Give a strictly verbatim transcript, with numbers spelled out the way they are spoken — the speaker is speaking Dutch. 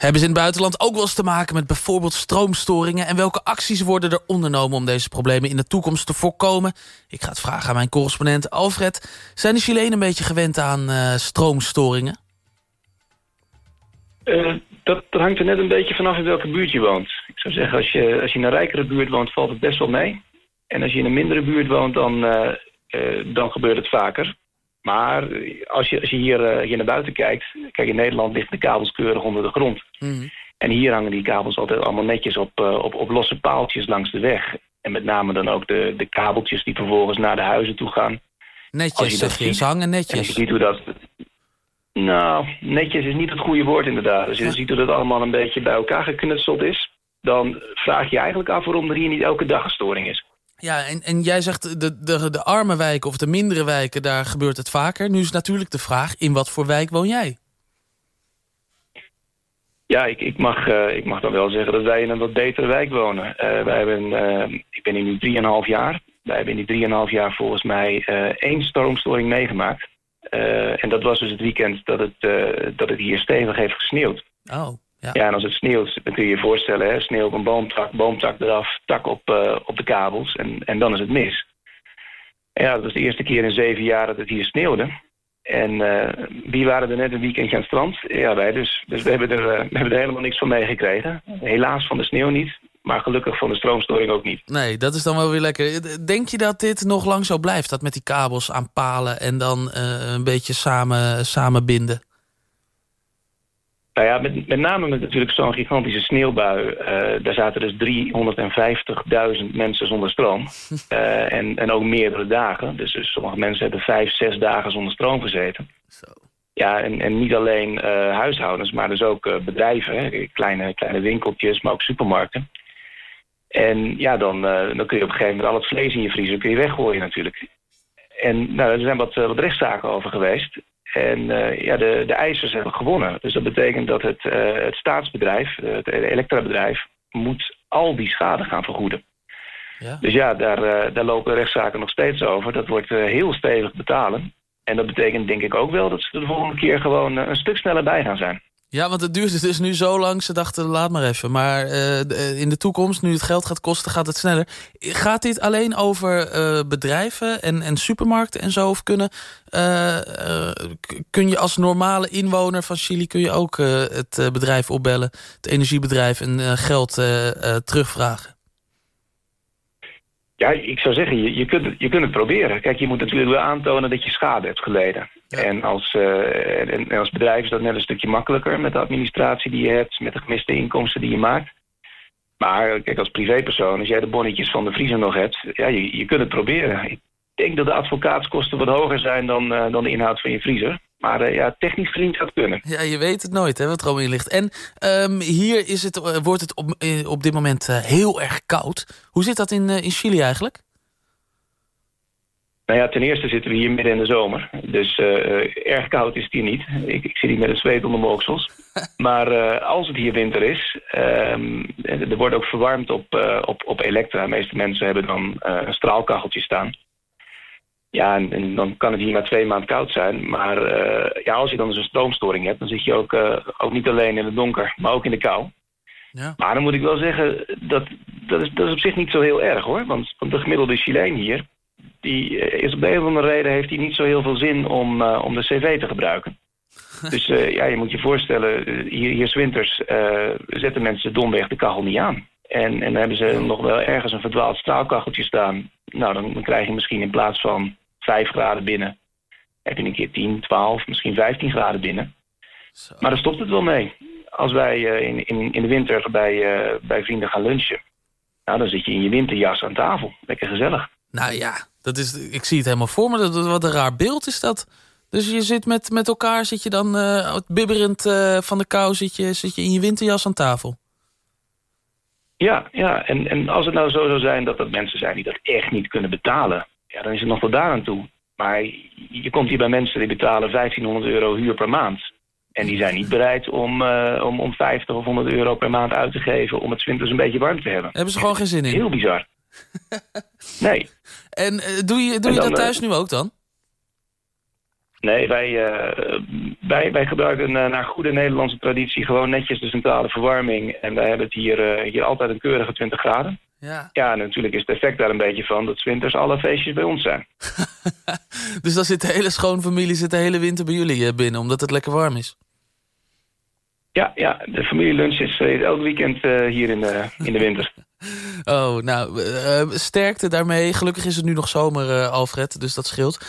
Hebben ze in het buitenland ook wel eens te maken met bijvoorbeeld stroomstoringen? En welke acties worden er ondernomen om deze problemen in de toekomst te voorkomen? Ik ga het vragen aan mijn correspondent Alfred. Zijn de Chilenen een beetje gewend aan uh, stroomstoringen? Uh, dat, dat hangt er net een beetje vanaf in welke buurt je woont. Ik zou zeggen, als je, als je in een rijkere buurt woont, valt het best wel mee. En als je in een mindere buurt woont, dan, uh, uh, dan gebeurt het vaker. Maar als je, als je hier, uh, hier naar buiten kijkt... Kijk, in Nederland liggen de kabels keurig onder de grond. Mm. En hier hangen die kabels altijd allemaal netjes op, uh, op, op losse paaltjes langs de weg. En met name dan ook de, de kabeltjes die vervolgens naar de huizen toe gaan. Netjes, zeg je. Ze hangen netjes. En als je ziet hoe dat... Nou, netjes is niet het goede woord inderdaad. Als je ja. ziet hoe dat allemaal een beetje bij elkaar geknutseld is... dan vraag je je eigenlijk af waarom er hier niet elke dag een storing is. Ja, en, en jij zegt de, de, de arme wijken of de mindere wijken, daar gebeurt het vaker. Nu is natuurlijk de vraag, in wat voor wijk woon jij? Ja, ik, ik, mag, uh, ik mag dan wel zeggen dat wij in een wat betere wijk wonen. Uh, wij hebben, uh, ik ben hier nu drieënhalf jaar. Wij hebben in die drieënhalf jaar volgens mij uh, één stroomstoring meegemaakt. Uh, en dat was dus het weekend dat het, uh, dat het hier stevig heeft gesneeuwd. Oh, ja. Ja, en als het sneeuwt, dan kun je je voorstellen, hè, sneeuw op een boomtak, boomtak eraf, tak op, uh, op de kabels en, en dan is het mis. En ja, dat was de eerste keer in zeven jaar dat het hier sneeuwde. En uh, wie waren er net een weekendje aan het strand? Ja, wij dus. Dus we hebben er, uh, we hebben er helemaal niks van meegekregen. Helaas van de sneeuw niet, maar gelukkig van de stroomstoring ook niet. Nee, dat is dan wel weer lekker. Denk je dat dit nog lang zo blijft? Dat met die kabels aan palen en dan uh, een beetje samen, samen binden? Nou ja, met, met name met natuurlijk zo'n gigantische sneeuwbui. Uh, daar zaten dus driehonderdvijftigduizend mensen zonder stroom. Uh, en, en ook meerdere dagen. Dus, dus sommige mensen hebben vijf, zes dagen zonder stroom gezeten. Zo. Ja, en, en niet alleen uh, huishoudens, maar dus ook uh, bedrijven. Hè? Kleine, kleine winkeltjes, maar ook supermarkten. En ja, dan, uh, dan kun je op een gegeven moment al het vlees in je vriezer kun je weggooien natuurlijk. En nou, er zijn wat, uh, wat rechtszaken over geweest. En uh, ja, de, de eisers hebben gewonnen. Dus dat betekent dat het, uh, het staatsbedrijf, het elektrabedrijf, moet al die schade gaan vergoeden. Ja. Dus ja, daar, uh, daar lopen rechtszaken nog steeds over. Dat wordt uh, heel stevig betalen. En dat betekent denk ik ook wel dat ze de volgende keer gewoon uh, een stuk sneller bij gaan zijn. Ja, want het duurt dus nu zo lang, ze dachten laat maar even. Maar uh, in de toekomst, nu het geld gaat kosten, gaat het sneller. Gaat dit alleen over uh, bedrijven en, en supermarkten en zo? Of kunnen, uh, uh, kun je als normale inwoner van Chili kun je ook uh, het uh, bedrijf opbellen, het energiebedrijf, en uh, geld uh, uh, terugvragen? Ja, ik zou zeggen, je, je, kunt, je kunt het proberen. Kijk, je moet natuurlijk wel aantonen dat je schade hebt geleden. Ja. En, als, uh, en, en als bedrijf is dat net een stukje makkelijker met de administratie die je hebt, met de gemiste inkomsten die je maakt. Maar kijk, als privépersoon, als jij de bonnetjes van de vriezer nog hebt, ja, je, je kunt het proberen. Ik denk dat de advocaatskosten wat hoger zijn dan, uh, dan de inhoud van je vriezer. Maar uh, ja, technisch gezien gaat het kunnen. Ja, je weet het nooit, hè, wat er allemaal in ligt. En um, hier is het, uh, wordt het op, uh, op dit moment uh, heel erg koud. Hoe zit dat in, uh, in Chili eigenlijk? Nou ja, ten eerste zitten we hier midden in de zomer. Dus uh, erg koud is het hier niet. Ik, ik zit hier met een zweet onder mijn oksels. Maar uh, als het hier winter is, um, er wordt ook verwarmd op, uh, op, op elektra. De meeste mensen hebben dan uh, een straalkacheltje staan. Ja, en, en dan kan het hier maar twee maanden koud zijn. Maar uh, ja, als je dan dus een stroomstoring hebt, dan zit je ook, uh, ook niet alleen in het donker, maar ook in de kou. Ja. Maar dan moet ik wel zeggen, dat, dat, is, dat is op zich niet zo heel erg hoor. Want, want de gemiddelde Chileen hier, die is op de een of andere reden heeft hij niet zo heel veel zin om, uh, om de cv te gebruiken. Dus uh, ja, je moet je voorstellen, hier, hier 's winters uh, zetten mensen domweg de kachel niet aan. En, en dan hebben ze nog wel ergens een verdwaald straalkacheltje staan. Nou, dan, dan krijg je misschien in plaats van vijf graden binnen, heb je een keer tien, twaalf, misschien vijftien graden binnen. Zo. Maar daar stopt het wel mee. Als wij uh, in, in, in de winter bij, uh, bij vrienden gaan lunchen, nou, dan zit je in je winterjas aan tafel. Lekker gezellig. Nou ja, dat is, ik zie het helemaal voor me. Dat, wat een raar beeld is dat. Dus je zit met, met elkaar, zit je dan uh, bibberend uh, van de kou, zit je, zit je in je winterjas aan tafel. Ja, ja. En, en als het nou zo zou zijn dat er mensen zijn die dat echt niet kunnen betalen, ja, dan is het nog wel daar aan toe. Maar je komt hier bij mensen die betalen vijftienhonderd euro huur per maand. En die zijn niet bereid om, uh, om, om vijftig of honderd euro per maand uit te geven om het 's winters een beetje warm te hebben. Hebben ze gewoon geen zin in? Heel bizar. Nee. En uh, doe je, doe en dan, je dat thuis uh, nu ook dan? Nee, wij, uh, wij, wij gebruiken uh, naar goede Nederlandse traditie gewoon netjes de centrale verwarming. En wij hebben het hier, uh, hier altijd een keurige twintig graden. Ja. Ja, natuurlijk is het effect daar een beetje van dat 's winters alle feestjes bij ons zijn. Dus dan zit de hele schoonfamilie zit de hele winter bij jullie binnen, omdat het lekker warm is? Ja, ja, de familielunch is uh, elk weekend uh, hier in de, in de winter. Oh, nou, uh, sterkte daarmee. Gelukkig is het nu nog zomer, uh, Alfred, dus dat scheelt.